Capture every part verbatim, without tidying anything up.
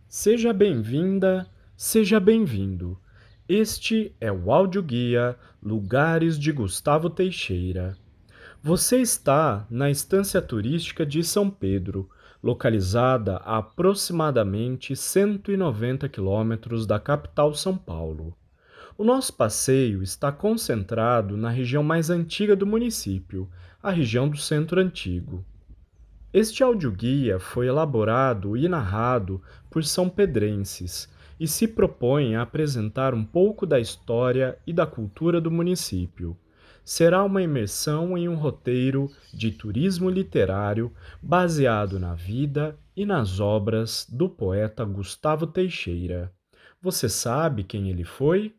Seja bem-vinda, seja bem-vindo. Este é o audioguia Lugares de Gustavo Teixeira. Você está na Estância Turística de São Pedro, localizada a aproximadamente cento e noventa quilômetros da capital São Paulo. O nosso passeio está concentrado na região mais antiga do município, a região do Centro Antigo. Este audioguia foi elaborado e narrado por são-pedrenses e se propõe a apresentar um pouco da história e da cultura do município. Será uma imersão em um roteiro de turismo literário baseado na vida e nas obras do poeta Gustavo Teixeira. Você sabe quem ele foi?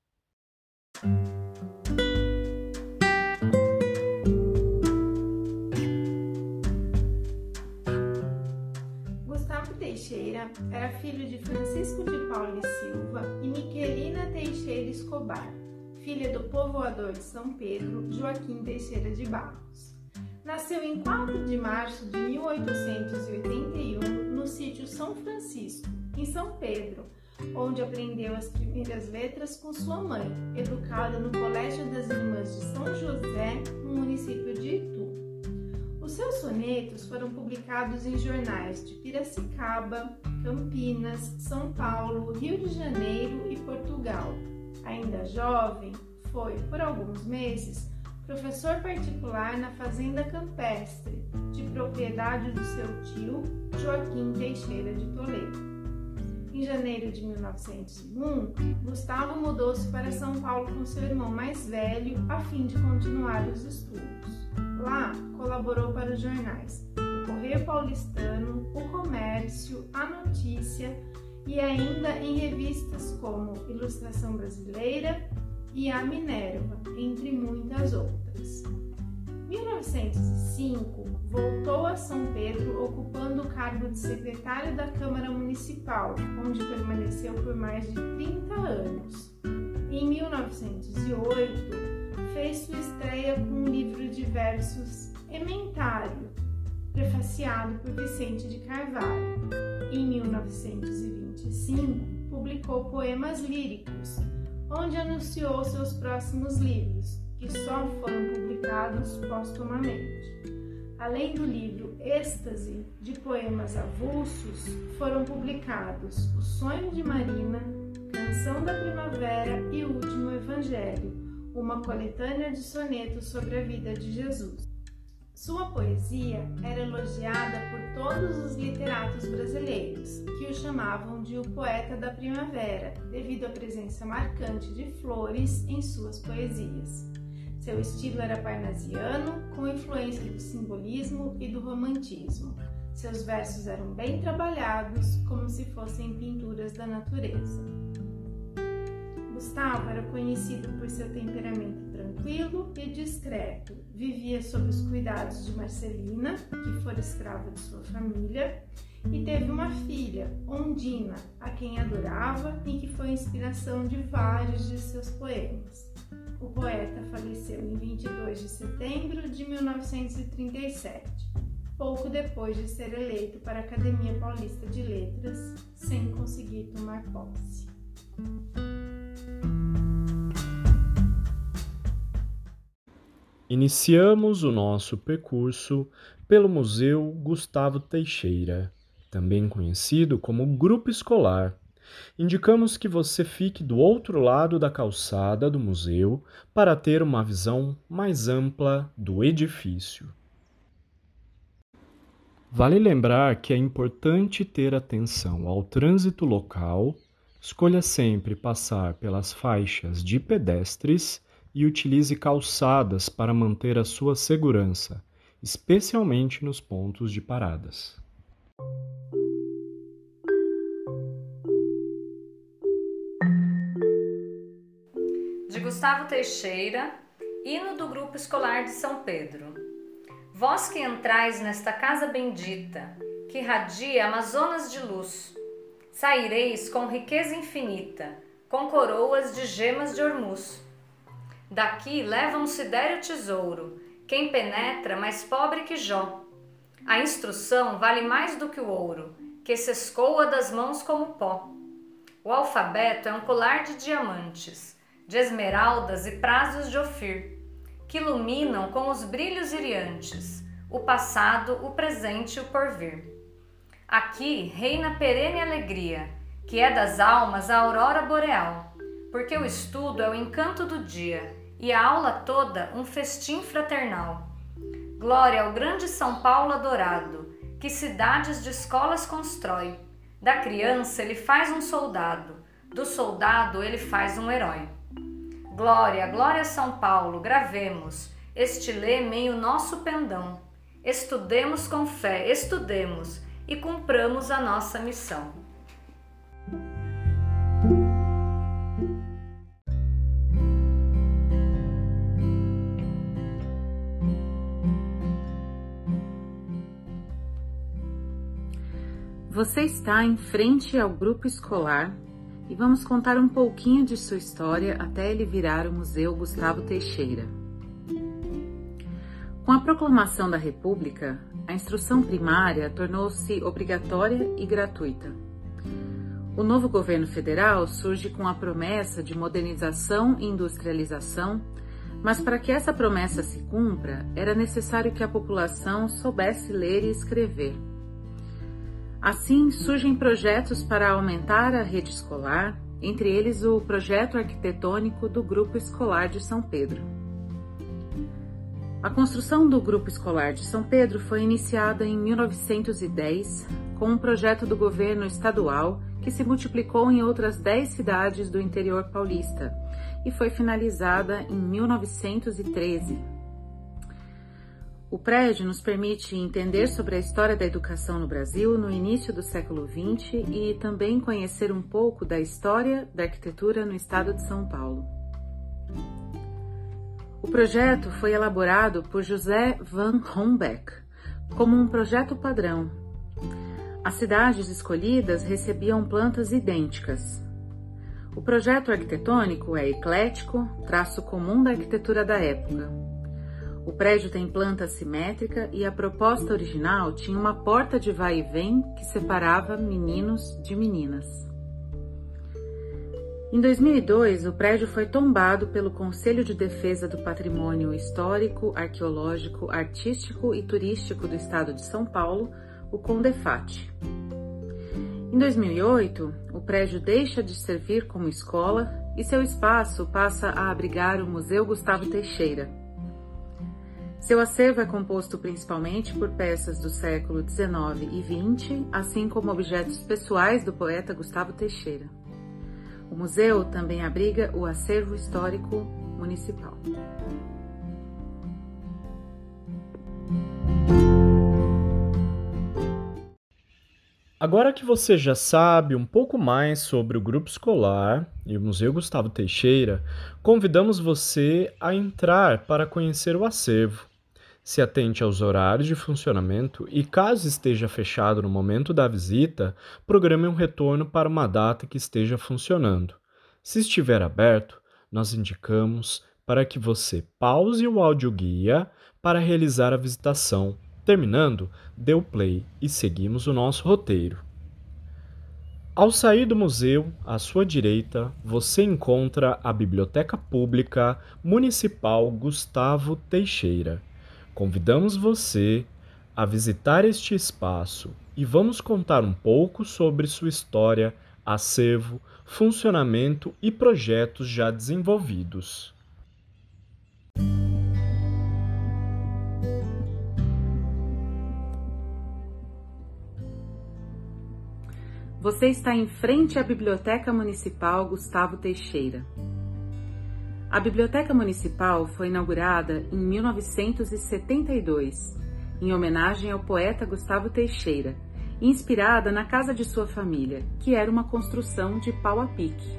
Gustavo Teixeira era filho de Francisco de Paula e Silva e Miquelina Teixeira Escobar, filha do povoador de São Pedro, Joaquim Teixeira de Barros. Nasceu em quatro de março de mil oitocentos e oitenta e um no sítio São Francisco, em São Pedro, onde aprendeu as primeiras letras com sua mãe, educada no Colégio das Irmãs de São José, no município de Itu. Os seus sonetos foram publicados em jornais de Piracicaba, Campinas, São Paulo, Rio de Janeiro e Portugal. Ainda jovem, foi, por alguns meses, professor particular na Fazenda Campestre, de propriedade do seu tio, Joaquim Teixeira de Toledo. Em janeiro de mil novecentos e um, Gustavo mudou-se para São Paulo com seu irmão mais velho, a fim de continuar os estudos. Lá, colaborou para os jornais O Correio Paulistano, O Comércio, A Notícia e ainda em revistas como Ilustração Brasileira e A Minerva, entre muitas outras. Em mil novecentos e cinco, voltou a São Pedro ocupando o cargo de secretário da Câmara Municipal, onde permaneceu por mais de trinta anos. Em mil novecentos e oito, fez sua estreia com um livro de versos Ementário, prefaciado por Vicente de Carvalho. Em mil novecentos e vinte e cinco, publicou Poemas Líricos, onde anunciou seus próximos livros, que só foram publicados póstumamente. Além do livro Êxtase, de poemas avulsos, foram publicados O Sonho de Marina, Canção da Primavera e O Último Evangelho, uma coletânea de sonetos sobre a vida de Jesus. Sua poesia era elogiada por todos os literatos brasileiros, que o chamavam de o poeta da primavera, devido à presença marcante de flores em suas poesias. Seu estilo era parnasiano, com influência do simbolismo e do romantismo. Seus versos eram bem trabalhados, como se fossem pinturas da natureza. Gustavo era conhecido por seu temperamento tranquilo e discreto. Vivia sob os cuidados de Marcelina, que fora escrava de sua família, e teve uma filha, Ondina, a quem adorava e que foi inspiração de vários de seus poemas. O poeta faleceu em vinte e dois de setembro de mil novecentos e trinta e sete, pouco depois de ser eleito para a Academia Paulista de Letras, sem conseguir tomar posse. Iniciamos o nosso percurso pelo Museu Gustavo Teixeira, também conhecido como Grupo Escolar. Indicamos que você fique do outro lado da calçada do museu para ter uma visão mais ampla do edifício. Vale lembrar que é importante ter atenção ao trânsito local, escolha sempre passar pelas faixas de pedestres e utilize calçadas para manter a sua segurança, especialmente nos pontos de paradas. De Gustavo Teixeira, hino do Grupo Escolar de São Pedro. Vós que entrais nesta casa bendita, que irradia Amazonas de luz, saireis com riqueza infinita, com coroas de gemas de ormuz. Daqui leva um sidéreo tesouro, quem penetra mais pobre que Jó. A instrução vale mais do que o ouro, que se escoa das mãos como pó. O alfabeto é um colar de diamantes, de esmeraldas e prazos de Ofir, que iluminam com os brilhos iriantes o passado, o presente e o porvir. Aqui reina perene alegria, que é das almas a aurora boreal, porque o estudo é o encanto do dia e a aula toda um festim fraternal. Glória ao grande São Paulo adorado, que cidades de escolas constrói. Da criança ele faz um soldado, do soldado ele faz um herói. Glória, glória a São Paulo, gravemos este lema em o nosso pendão. Estudemos com fé, estudemos e cumpramos a nossa missão. Você está em frente ao grupo escolar e vamos contar um pouquinho de sua história até ele virar o Museu Gustavo Teixeira. Com a proclamação da República, a instrução primária tornou-se obrigatória e gratuita. O novo governo federal surge com a promessa de modernização e industrialização, mas para que essa promessa se cumpra, era necessário que a população soubesse ler e escrever. Assim, surgem projetos para aumentar a rede escolar, entre eles o projeto arquitetônico do Grupo Escolar de São Pedro. A construção do Grupo Escolar de São Pedro foi iniciada em mil novecentos e dez com um projeto do governo estadual que se multiplicou em outras dez cidades do interior paulista e foi finalizada em mil novecentos e treze. O prédio nos permite entender sobre a história da educação no Brasil no início do século vinte e também conhecer um pouco da história da arquitetura no estado de São Paulo. O projeto foi elaborado por José van Hombeck como um projeto padrão. As cidades escolhidas recebiam plantas idênticas. O projeto arquitetônico é eclético, traço comum da arquitetura da época. O prédio tem planta simétrica e a proposta original tinha uma porta de vai e vem que separava meninos de meninas. Em dois mil e dois, o prédio foi tombado pelo Conselho de Defesa do Patrimônio Histórico, Arqueológico, Artístico e Turístico do Estado de São Paulo, o CONDEFAT. Em dois mil e oito, o prédio deixa de servir como escola e seu espaço passa a abrigar o Museu Gustavo Teixeira. Seu acervo é composto principalmente por peças do século dezenove e vinte, assim como objetos pessoais do poeta Gustavo Teixeira. O museu também abriga o acervo histórico municipal. Agora que você já sabe um pouco mais sobre o grupo escolar e o Museu Gustavo Teixeira, convidamos você a entrar para conhecer o acervo. Se atente aos horários de funcionamento e, caso esteja fechado no momento da visita, programe um retorno para uma data que esteja funcionando. Se estiver aberto, nós indicamos para que você pause o audioguia para realizar a visitação. Terminando, dê o play e seguimos o nosso roteiro. Ao sair do museu, à sua direita, você encontra a Biblioteca Pública Municipal Gustavo Teixeira. Convidamos você a visitar este espaço e vamos contar um pouco sobre sua história, acervo, funcionamento e projetos já desenvolvidos. Você está em frente à Biblioteca Municipal Gustavo Teixeira. A Biblioteca Municipal foi inaugurada em mil novecentos e setenta e dois, em homenagem ao poeta Gustavo Teixeira, inspirada na casa de sua família, que era uma construção de pau a pique.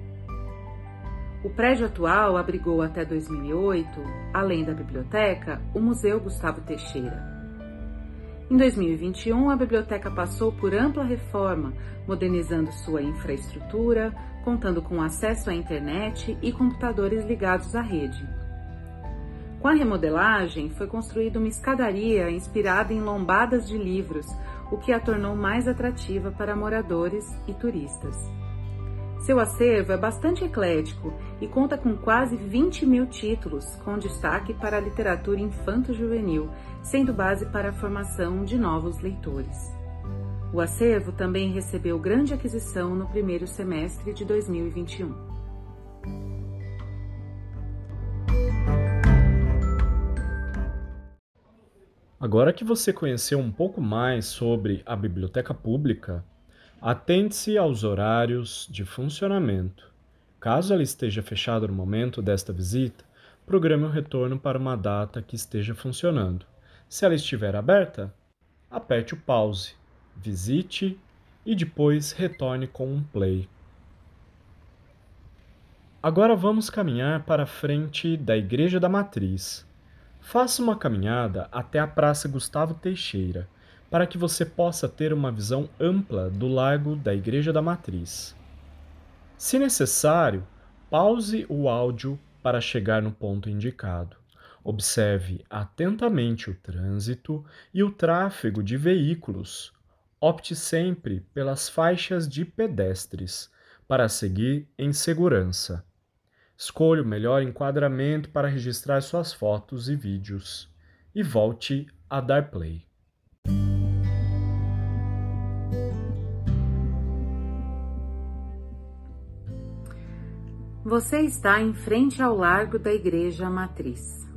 O prédio atual abrigou até dois mil e oito, além da biblioteca, o Museu Gustavo Teixeira. Em dois mil e vinte e um, a biblioteca passou por ampla reforma, modernizando sua infraestrutura, contando com acesso à internet e computadores ligados à rede. Com a remodelagem, foi construída uma escadaria inspirada em lombadas de livros, o que a tornou mais atrativa para moradores e turistas. Seu acervo é bastante eclético e conta com quase vinte mil títulos, com destaque para a literatura infanto-juvenil, sendo base para a formação de novos leitores. O acervo também recebeu grande aquisição no primeiro semestre de dois mil e vinte e um. Agora que você conheceu um pouco mais sobre a biblioteca pública, atente-se aos horários de funcionamento. Caso ela esteja fechada no momento desta visita, programe o retorno para uma data que esteja funcionando. Se ela estiver aberta, aperte o pause, visite e depois retorne com um play. Agora vamos caminhar para a frente da Igreja da Matriz. Faça uma caminhada até a Praça Gustavo Teixeira, para que você possa ter uma visão ampla do largo da Igreja da Matriz. Se necessário, pause o áudio para chegar no ponto indicado. Observe atentamente o trânsito e o tráfego de veículos. Opte sempre pelas faixas de pedestres, para seguir em segurança. Escolha o melhor enquadramento para registrar suas fotos e vídeos. E volte a dar play. Você está em frente ao largo da Igreja Matriz.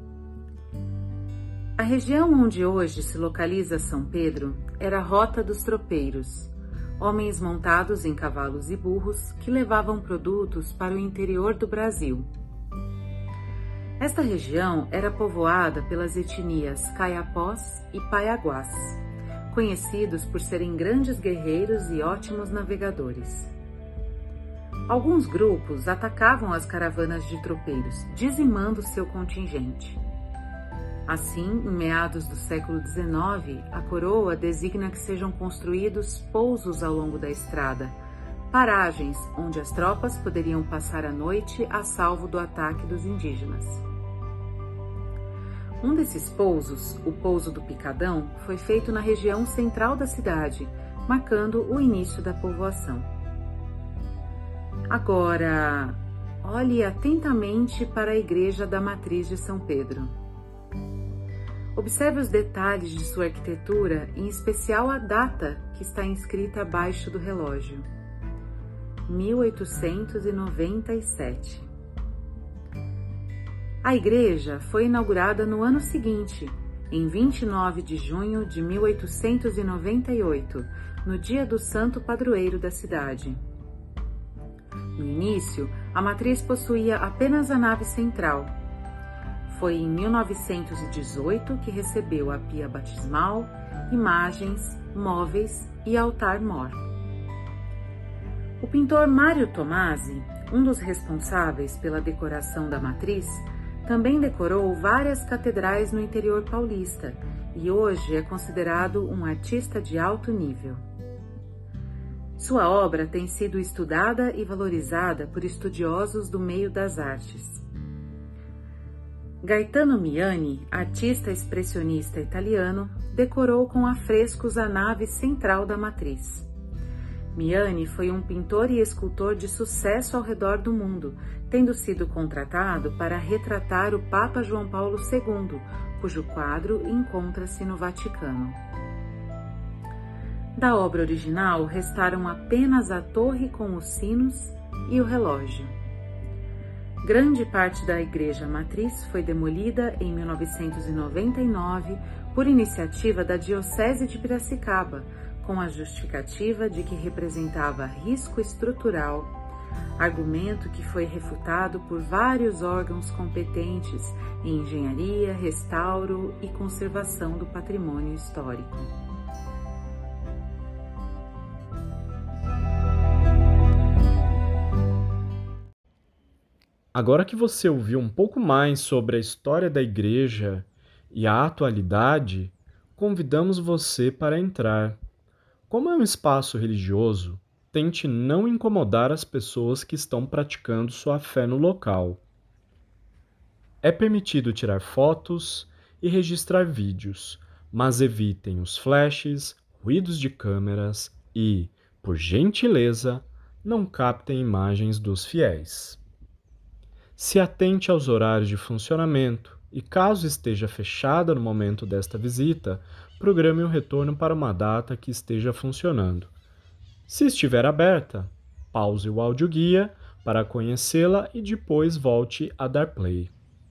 A região onde hoje se localiza São Pedro era a Rota dos Tropeiros, homens montados em cavalos e burros que levavam produtos para o interior do Brasil. Esta região era povoada pelas etnias Caiapós e Paiaguás, conhecidos por serem grandes guerreiros e ótimos navegadores. Alguns grupos atacavam as caravanas de tropeiros, dizimando seu contingente. Assim, em meados do século dezenove, a coroa designa que sejam construídos pousos ao longo da estrada, paragens onde as tropas poderiam passar a noite a salvo do ataque dos indígenas. Um desses pousos, o Pouso do Picadão, foi feito na região central da cidade, marcando o início da povoação. Agora, olhe atentamente para a Igreja da Matriz de São Pedro. Observe os detalhes de sua arquitetura, em especial a data que está inscrita abaixo do relógio. mil oitocentos e noventa e sete. A igreja foi inaugurada no ano seguinte, em vinte e nove de junho de mil oitocentos e noventa e oito, no dia do santo padroeiro da cidade. No início, a matriz possuía apenas a nave central. Foi em mil novecentos e dezoito que recebeu a pia batismal, imagens, móveis e altar-mor. O pintor Mário Tomasi, um dos responsáveis pela decoração da matriz, também decorou várias catedrais no interior paulista e hoje é considerado um artista de alto nível. Sua obra tem sido estudada e valorizada por estudiosos do meio das artes. Gaetano Miani, artista expressionista italiano, decorou com afrescos a nave central da matriz. Miani foi um pintor e escultor de sucesso ao redor do mundo, tendo sido contratado para retratar o Papa João Paulo segundo, cujo quadro encontra-se no Vaticano. Da obra original restaram apenas a torre com os sinos e o relógio. Grande parte da igreja matriz foi demolida em mil novecentos e noventa e nove por iniciativa da Diocese de Piracicaba, com a justificativa de que representava risco estrutural, argumento que foi refutado por vários órgãos competentes em engenharia, restauro e conservação do patrimônio histórico. Agora que você ouviu um pouco mais sobre a história da igreja e a atualidade, convidamos você para entrar. Como é um espaço religioso, tente não incomodar as pessoas que estão praticando sua fé no local. É permitido tirar fotos e registrar vídeos, mas evitem os flashes, ruídos de câmeras e, por gentileza, não captem imagens dos fiéis. Se atente aos horários de funcionamento e, caso esteja fechada no momento desta visita, programe o retorno para uma data que esteja funcionando. Se estiver aberta, pause o audioguia para conhecê-la e depois volte a dar play.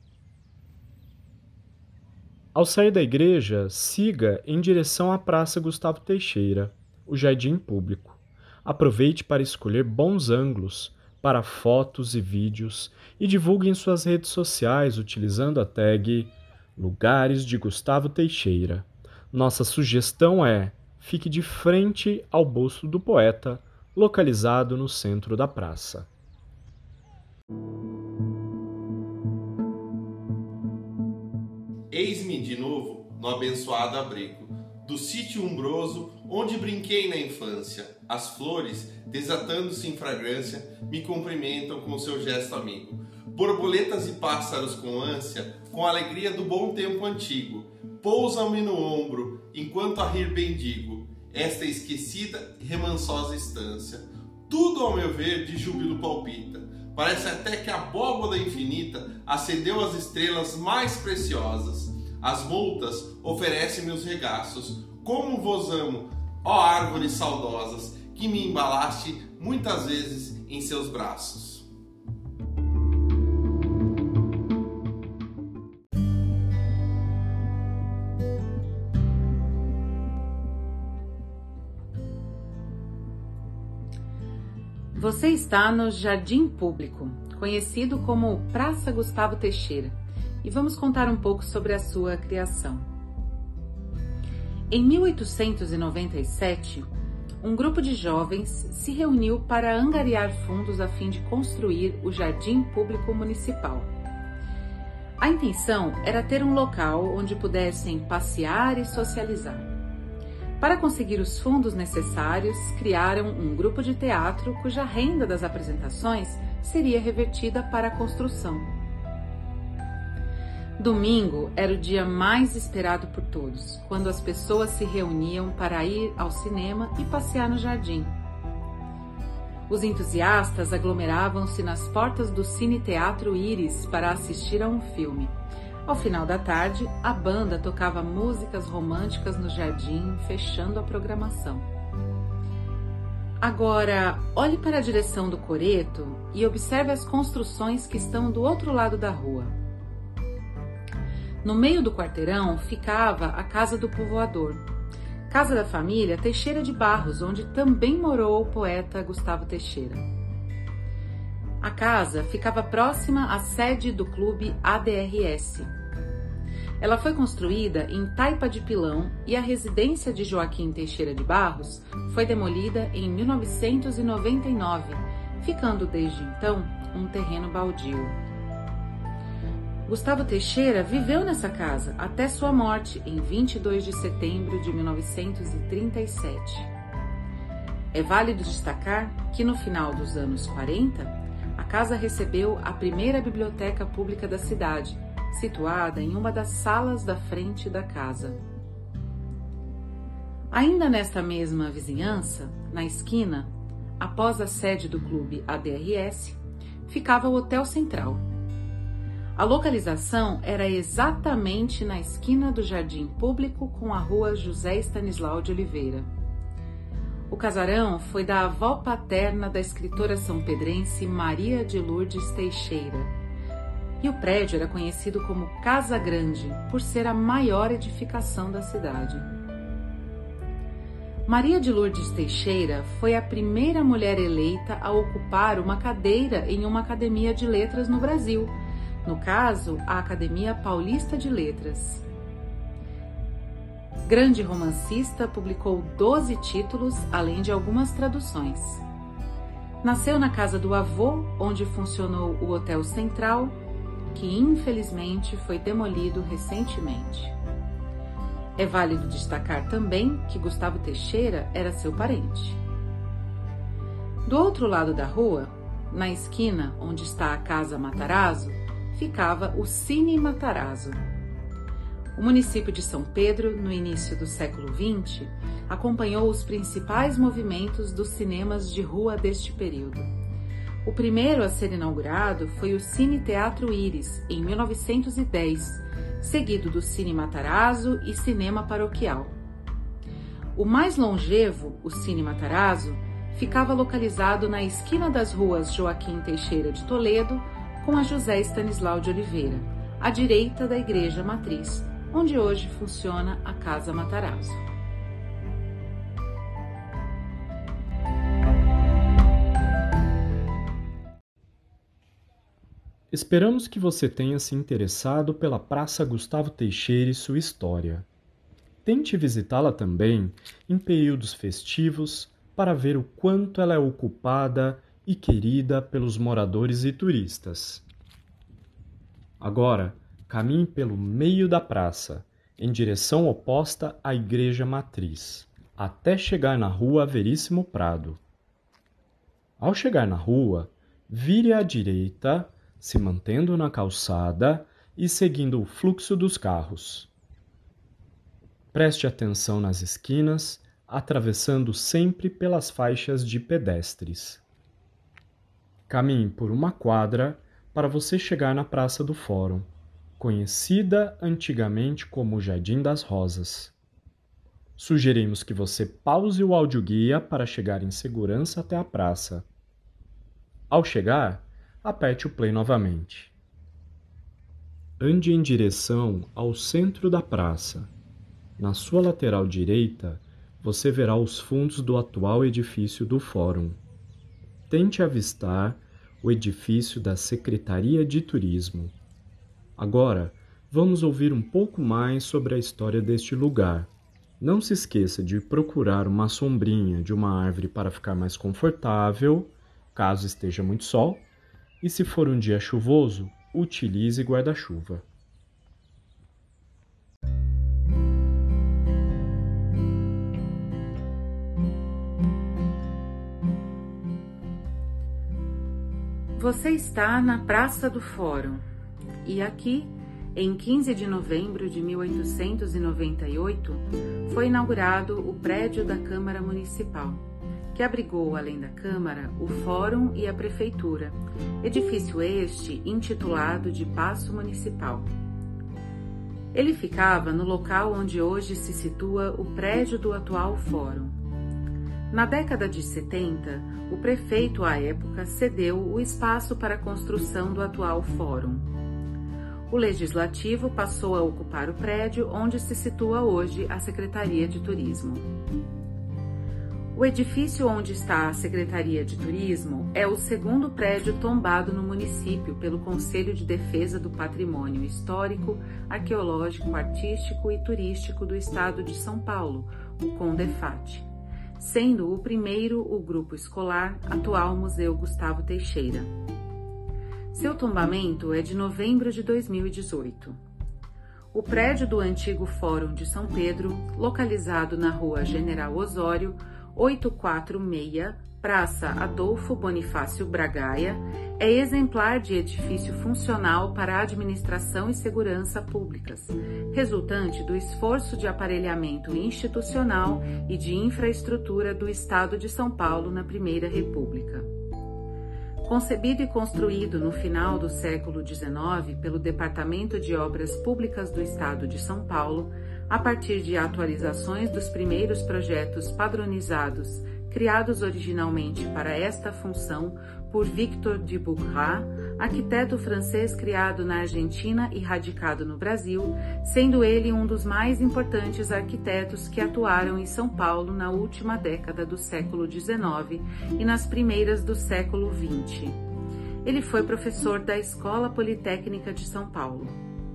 Ao sair da igreja, siga em direção à Praça Gustavo Teixeira, o jardim público. Aproveite para escolher bons ângulos para fotos e vídeos e divulgue em suas redes sociais utilizando a tag Lugares de Gustavo Teixeira. Nossa sugestão é: fique de frente ao busto do poeta, localizado no centro da praça. Eis-me de novo no abençoado abrigo do sítio umbroso onde brinquei na infância. As flores, desatando-se em fragrância, me cumprimentam com seu gesto amigo. Borboletas e pássaros com ânsia, com a alegria do bom tempo antigo, pousam-me no ombro, enquanto a rir bendigo esta esquecida e remansosa estância. Tudo, ao meu ver, de júbilo palpita. Parece até que a abóboda infinita acendeu as estrelas mais preciosas. As multas oferecem-me os regaços. Como vos amo, ó árvores saudosas, que me embalaste muitas vezes em seus braços. Você está no Jardim Público, conhecido como Praça Gustavo Teixeira, e vamos contar um pouco sobre a sua criação. Em mil oitocentos e noventa e sete, um grupo de jovens se reuniu para angariar fundos a fim de construir o Jardim Público Municipal. A intenção era ter um local onde pudessem passear e socializar. Para conseguir os fundos necessários, criaram um grupo de teatro cuja renda das apresentações seria revertida para a construção. Domingo era o dia mais esperado por todos, quando as pessoas se reuniam para ir ao cinema e passear no jardim. Os entusiastas aglomeravam-se nas portas do Cine Teatro Íris para assistir a um filme. Ao final da tarde, a banda tocava músicas românticas no jardim, fechando a programação. Agora, olhe para a direção do coreto e observe as construções que estão do outro lado da rua. No meio do quarteirão ficava a casa do povoador, casa da família Teixeira de Barros, onde também morou o poeta Gustavo Teixeira. A casa ficava próxima à sede do clube A D R S. Ela foi construída em Taipa de Pilão e a residência de Joaquim Teixeira de Barros foi demolida em mil novecentos e noventa e nove, ficando desde então um terreno baldio. Gustavo Teixeira viveu nessa casa até sua morte em vinte e dois de setembro de mil novecentos e trinta e sete. É válido destacar que no final dos anos quarenta, a casa recebeu a primeira biblioteca pública da cidade, situada em uma das salas da frente da casa. Ainda nesta mesma vizinhança, na esquina, após a sede do clube A D R S, ficava o Hotel Central. A localização era exatamente na esquina do Jardim Público com a rua José Stanislau de Oliveira. O casarão foi da avó paterna da escritora são-pedrense Maria de Lourdes Teixeira, e o prédio era conhecido como Casa Grande, por ser a maior edificação da cidade. Maria de Lourdes Teixeira foi a primeira mulher eleita a ocupar uma cadeira em uma academia de letras no Brasil, no caso, a Academia Paulista de Letras. Grande romancista, publicou doze títulos, além de algumas traduções. Nasceu na casa do avô, onde funcionou o Hotel Central, que infelizmente foi demolido recentemente. É válido destacar também que Gustavo Teixeira era seu parente. Do outro lado da rua, na esquina onde está a Casa Matarazzo, ficava o Cine Matarazzo. O município de São Pedro, no início do século vinte, acompanhou os principais movimentos dos cinemas de rua deste período. O primeiro a ser inaugurado foi o Cine Teatro Íris, em mil novecentos e dez, seguido do Cine Matarazzo e Cinema Paroquial. O mais longevo, o Cine Matarazzo, ficava localizado na esquina das ruas Joaquim Teixeira de Toledo com a José Stanislau de Oliveira, à direita da Igreja Matriz, onde hoje funciona a Casa Matarazzo. Esperamos que você tenha se interessado pela Praça Gustavo Teixeira e sua história. Tente visitá-la também em períodos festivos para ver o quanto ela é ocupada e querida pelos moradores e turistas. Agora, caminhe pelo meio da praça, em direção oposta à Igreja Matriz, até chegar na Rua Veríssimo Prado. Ao chegar na rua, vire à direita, se mantendo na calçada e seguindo o fluxo dos carros. Preste atenção nas esquinas, atravessando sempre pelas faixas de pedestres. Caminhe por uma quadra para você chegar na Praça do Fórum, conhecida antigamente como Jardim das Rosas. Sugerimos que você pause o audioguia para chegar em segurança até a praça. Ao chegar, aperte o play novamente. Ande em direção ao centro da praça. Na sua lateral direita, você verá os fundos do atual edifício do Fórum. Tente avistar o edifício da Secretaria de Turismo. Agora, vamos ouvir um pouco mais sobre a história deste lugar. Não se esqueça de procurar uma sombrinha de uma árvore para ficar mais confortável, caso esteja muito sol, e se for um dia chuvoso, utilize guarda-chuva. Você está na Praça do Fórum e aqui, em quinze de novembro de mil oitocentos e noventa e oito, foi inaugurado o prédio da Câmara Municipal, que abrigou, além da Câmara, o Fórum e a Prefeitura, edifício este intitulado de Paço Municipal. Ele ficava no local onde hoje se situa o prédio do atual Fórum. Na década de setenta, o prefeito à época cedeu o espaço para a construção do atual Fórum. O Legislativo passou a ocupar o prédio onde se situa hoje a Secretaria de Turismo. O edifício onde está a Secretaria de Turismo é o segundo prédio tombado no município pelo Conselho de Defesa do Patrimônio Histórico, Arqueológico, Artístico e Turístico do Estado de São Paulo, o CONDEFAT, sendo o primeiro o grupo escolar, atual Museu Gustavo Teixeira. Seu tombamento é de novembro de dois mil e dezoito. O prédio do antigo Fórum de São Pedro, localizado na Rua General Osório, oitocentos e quarenta e seis, Praça Adolfo Bonifácio Bragaia, é exemplar de edifício funcional para a administração e segurança públicas, resultante do esforço de aparelhamento institucional e de infraestrutura do Estado de São Paulo na Primeira República. Concebido e construído no final do século dezenove pelo Departamento de Obras Públicas do Estado de São Paulo, a partir de atualizações dos primeiros projetos padronizados criados originalmente para esta função por Victor de Bourrat, arquiteto francês criado na Argentina e radicado no Brasil, sendo ele um dos mais importantes arquitetos que atuaram em São Paulo na última década do século dezenove e nas primeiras do século vinte. Ele foi professor da Escola Politécnica de São Paulo.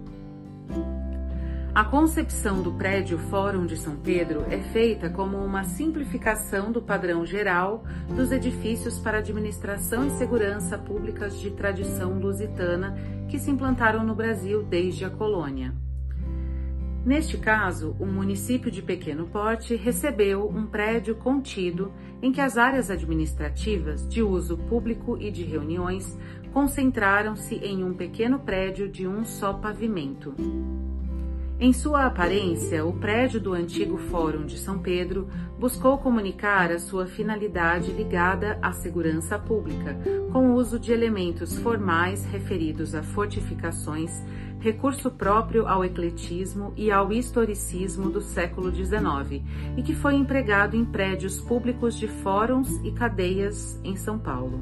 A concepção do prédio Fórum de São Pedro é feita como uma simplificação do padrão geral dos edifícios para administração e segurança públicas de tradição lusitana que se implantaram no Brasil desde a colônia. Neste caso, o município de pequeno porte recebeu um prédio contido em que as áreas administrativas de uso público e de reuniões concentraram-se em um pequeno prédio de um só pavimento. Em sua aparência, o prédio do antigo Fórum de São Pedro buscou comunicar a sua finalidade ligada à segurança pública, com o uso de elementos formais referidos a fortificações, recurso próprio ao ecletismo e ao historicismo do século dezenove, e que foi empregado em prédios públicos de fóruns e cadeias em São Paulo.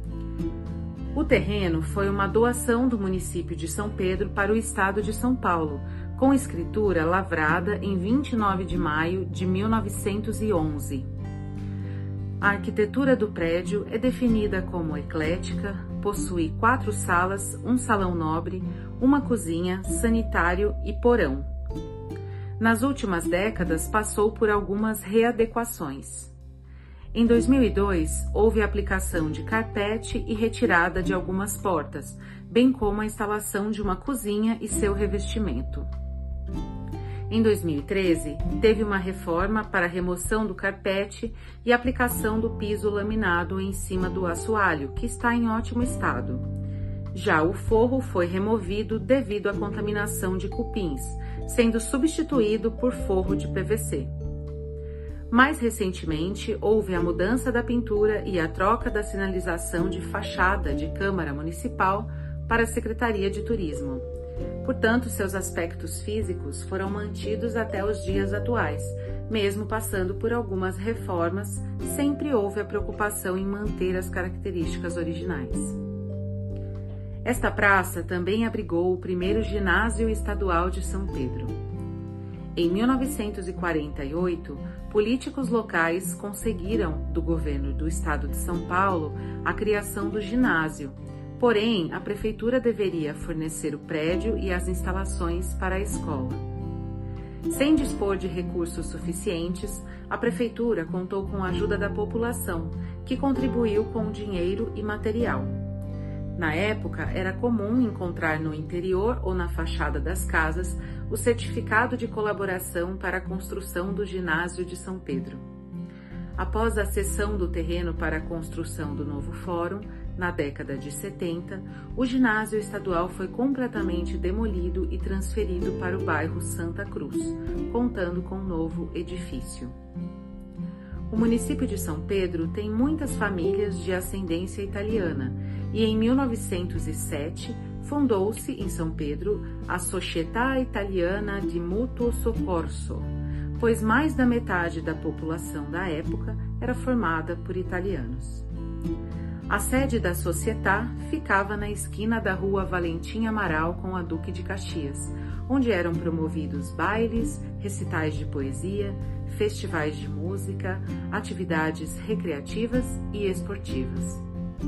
O terreno foi uma doação do município de São Pedro para o estado de São Paulo, com escritura lavrada em vinte e nove de maio de mil novecentos e onze. A arquitetura do prédio é definida como eclética, possui quatro salas, um salão nobre, uma cozinha, sanitário e porão. Nas últimas décadas passou por algumas readequações. Em dois mil e dois, houve a aplicação de carpete e retirada de algumas portas, bem como a instalação de uma cozinha e seu revestimento. Em dois mil e treze, teve uma reforma para a remoção do carpete e aplicação do piso laminado em cima do assoalho, que está em ótimo estado. Já o forro foi removido devido à contaminação de cupins, sendo substituído por forro de P V C. Mais recentemente, houve a mudança da pintura e a troca da sinalização de fachada de Câmara Municipal para a Secretaria de Turismo. Portanto, seus aspectos físicos foram mantidos até os dias atuais. Mesmo passando por algumas reformas, sempre houve a preocupação em manter as características originais. Esta praça também abrigou o primeiro ginásio estadual de São Pedro. Em mil novecentos e quarenta e oito, políticos locais conseguiram, do governo do estado de São Paulo, a criação do ginásio. Porém, a prefeitura deveria fornecer o prédio e as instalações para a escola. Sem dispor de recursos suficientes, a prefeitura contou com a ajuda da população, que contribuiu com dinheiro e material. Na época, era comum encontrar no interior ou na fachada das casas o certificado de colaboração para a construção do ginásio de São Pedro. Após a cessão do terreno para a construção do novo fórum, na década de setenta, o ginásio estadual foi completamente demolido e transferido para o bairro Santa Cruz, contando com um novo edifício. O município de São Pedro tem muitas famílias de ascendência italiana e em mil novecentos e sete fundou-se em São Pedro a Società Italiana di Mutuo Soccorso, pois mais da metade da população da época era formada por italianos. A sede da Società ficava na esquina da rua Valentim Amaral com a Duque de Caxias, onde eram promovidos bailes, recitais de poesia, festivais de música, atividades recreativas e esportivas.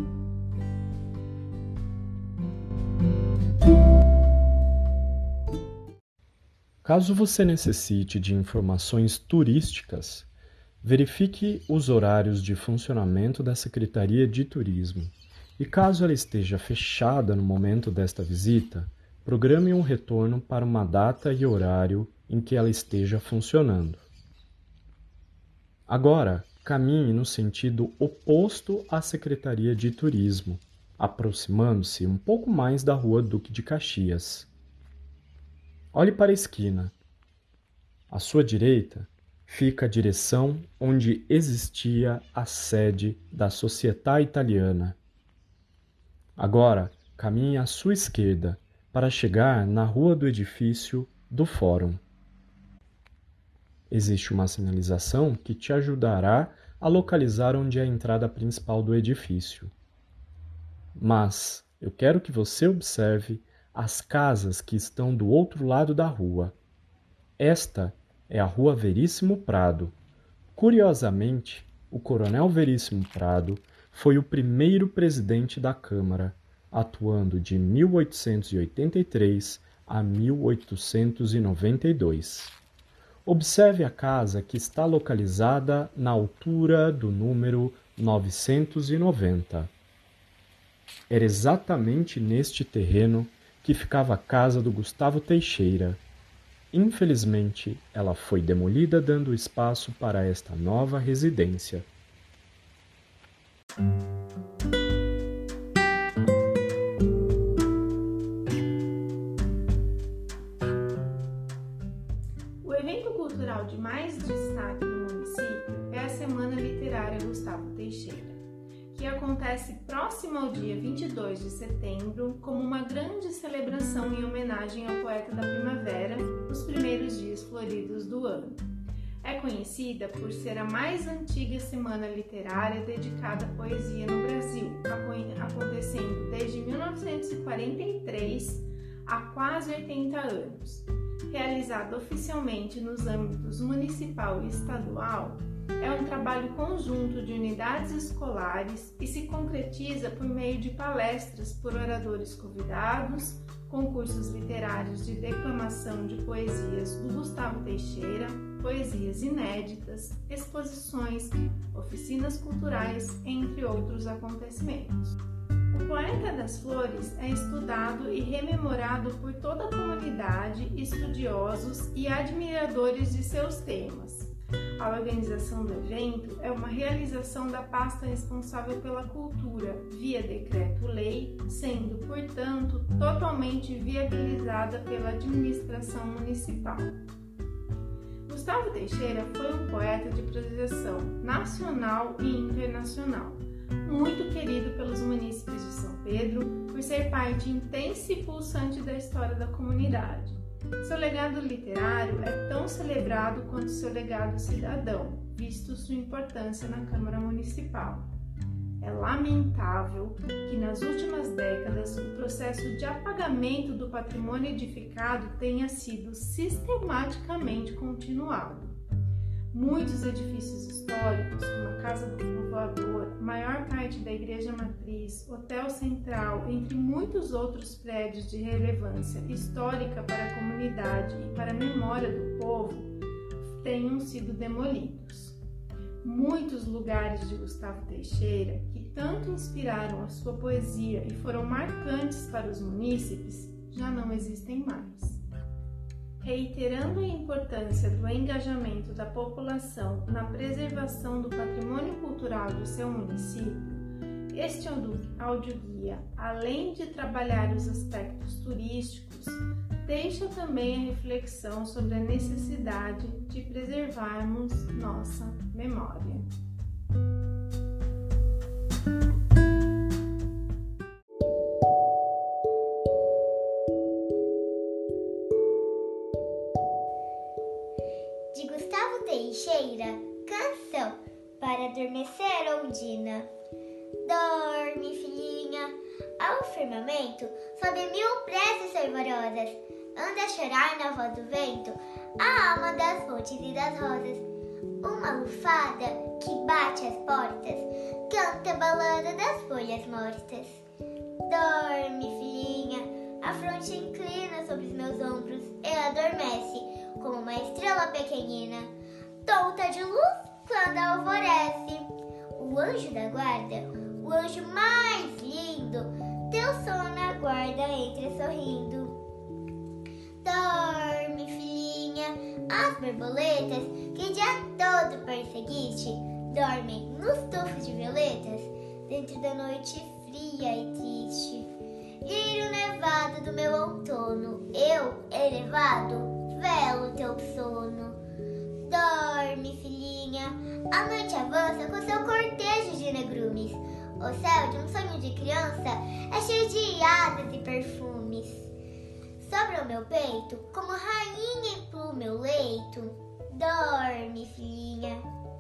Caso você necessite de informações turísticas, verifique os horários de funcionamento da Secretaria de Turismo e, caso ela esteja fechada no momento desta visita, programe um retorno para uma data e horário em que ela esteja funcionando. Agora, caminhe no sentido oposto à Secretaria de Turismo, aproximando-se um pouco mais da Rua Duque de Caxias. Olhe para a esquina. À sua direita fica a direção onde existia a sede da Società Italiana. Agora, caminhe à sua esquerda para chegar na rua do edifício do Fórum. Existe uma sinalização que te ajudará a localizar onde é a entrada principal do edifício. Mas eu quero que você observe as casas que estão do outro lado da rua. Esta é a Rua Veríssimo Prado. Curiosamente, o Coronel Veríssimo Prado foi o primeiro presidente da Câmara, atuando de mil oitocentos e oitenta e três a mil oitocentos e noventa e dois. Observe a casa que está localizada na altura do número novecentos e noventa. Era exatamente neste terreno que ficava a casa do Gustavo Teixeira. Infelizmente, ela foi demolida, dando espaço para esta nova residência. que acontece próximo ao dia vinte e dois de setembro como uma grande celebração em homenagem ao poeta da primavera, os primeiros dias floridos do ano. É conhecida por ser a mais antiga semana literária dedicada à poesia no Brasil, acontecendo desde mil novecentos e quarenta e três, há quase oitenta anos. Realizada oficialmente nos âmbitos municipal e estadual, é um trabalho conjunto de unidades escolares e se concretiza por meio de palestras por oradores convidados, concursos literários de declamação de poesias do Gustavo Teixeira, poesias inéditas, exposições, oficinas culturais, entre outros acontecimentos. O poeta das flores é estudado e rememorado por toda a comunidade, estudiosos e admiradores de seus temas. A organização do evento é uma realização da pasta responsável pela cultura, via decreto-lei, sendo, portanto, totalmente viabilizada pela administração municipal. Gustavo Teixeira foi um poeta de projeção nacional e internacional, muito querido pelos munícipes de São Pedro por ser parte intensa e pulsante da história da comunidade. Seu legado literário é tão celebrado quanto seu legado cidadão, visto sua importância na Câmara Municipal. É lamentável que nas últimas décadas o processo de apagamento do patrimônio edificado tenha sido sistematicamente continuado. Muitos edifícios históricos, como a Casa do Povoador, maior parte da Igreja Matriz, Hotel Central, entre muitos outros prédios de relevância histórica para a comunidade e para a memória do povo, tenham sido demolidos. Muitos lugares de Gustavo Teixeira, que tanto inspiraram a sua poesia e foram marcantes para os munícipes, já não existem mais. Reiterando a importância do engajamento da população na preservação do patrimônio cultural do seu município, este audioguia, além de trabalhar os aspectos turísticos, deixa também a reflexão sobre a necessidade de preservarmos nossa memória. De Gustavo Teixeira, canção para adormecer Ondina. Dorme, filhinha, ao firmamento sobe mil preces fervorosas. Anda a chorar na voz do vento a alma das fontes e das rosas. Uma lufada que bate às portas canta a balada das folhas mortas. Dorme, filhinha, a fronte inclina sobre os meus ombros. Ela adormece como uma estrela pequenina, tonta de luz quando alvorece. O anjo da guarda, o anjo mais lindo, teu sono aguarda entre sorrindo. Dorme, filhinha, as borboletas que o dia todo perseguiste dormem nos tufos de violetas dentro da noite fria e triste. Lírio nevado do meu outono, eu, elevado, velo teu sono. Dorme, filhinha, a noite avança com seu cortejo de negrumes. O céu de um sonho de criança é cheio de asas e perfumes. Sobre o meu peito, como rainha emplume meu leito. Dorme, filhinha.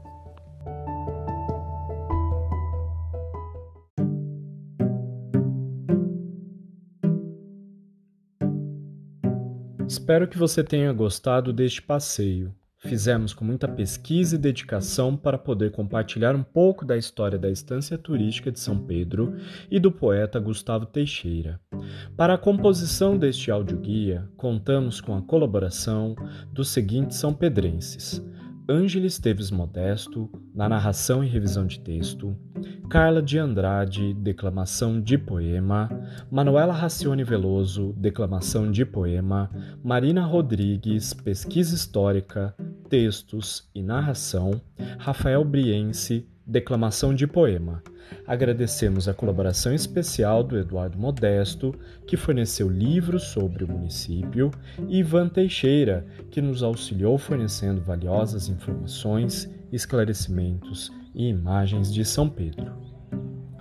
Espero que você tenha gostado deste passeio. Fizemos com muita pesquisa e dedicação para poder compartilhar um pouco da história da Estância Turística de São Pedro e do poeta Gustavo Teixeira. Para a composição deste audioguia, contamos com a colaboração dos seguintes são-pedrenses: Ângela Esteves Modesto, na narração e revisão de texto, Carla de Andrade, declamação de poema, Manuela Racione Veloso, declamação de poema, Marina Rodrigues, pesquisa histórica, textos e narração, Rafael Briense, declamação de poema. Agradecemos a colaboração especial do Eduardo Modesto, que forneceu livros sobre o município, e Ivan Teixeira, que nos auxiliou fornecendo valiosas informações, esclarecimentos e imagens de São Pedro.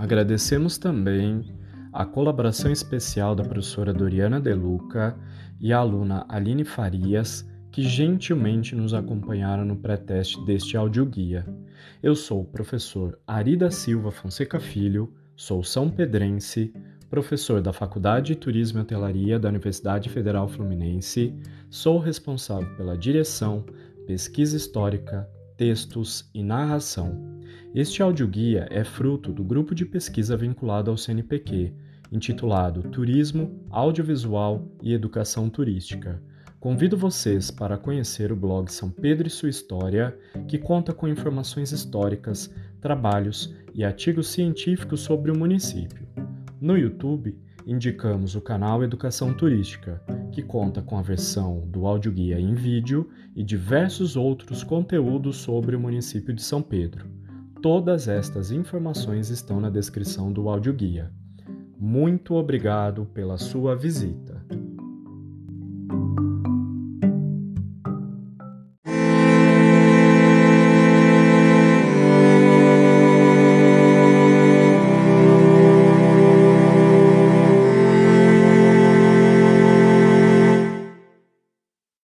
Agradecemos também a colaboração especial da professora Doriana De Luca e a aluna Aline Farias, que gentilmente nos acompanharam no pré-teste deste audioguia. Eu sou o professor Ari da Silva Fonseca Filho, sou são-pedrense, professor da Faculdade de Turismo e Hotelaria da Universidade Federal Fluminense, sou responsável pela direção, pesquisa histórica, textos e narração. Este audioguia é fruto do grupo de pesquisa vinculado ao C N P Q, intitulado Turismo, Audiovisual e Educação Turística. Convido vocês para conhecer o blog São Pedro e Sua História, que conta com informações históricas, trabalhos e artigos científicos sobre o município. No YouTube, indicamos o canal Educação Turística, que conta com a versão do audioguia em vídeo e diversos outros conteúdos sobre o município de São Pedro. Todas estas informações estão na descrição do audioguia. Muito obrigado pela sua visita.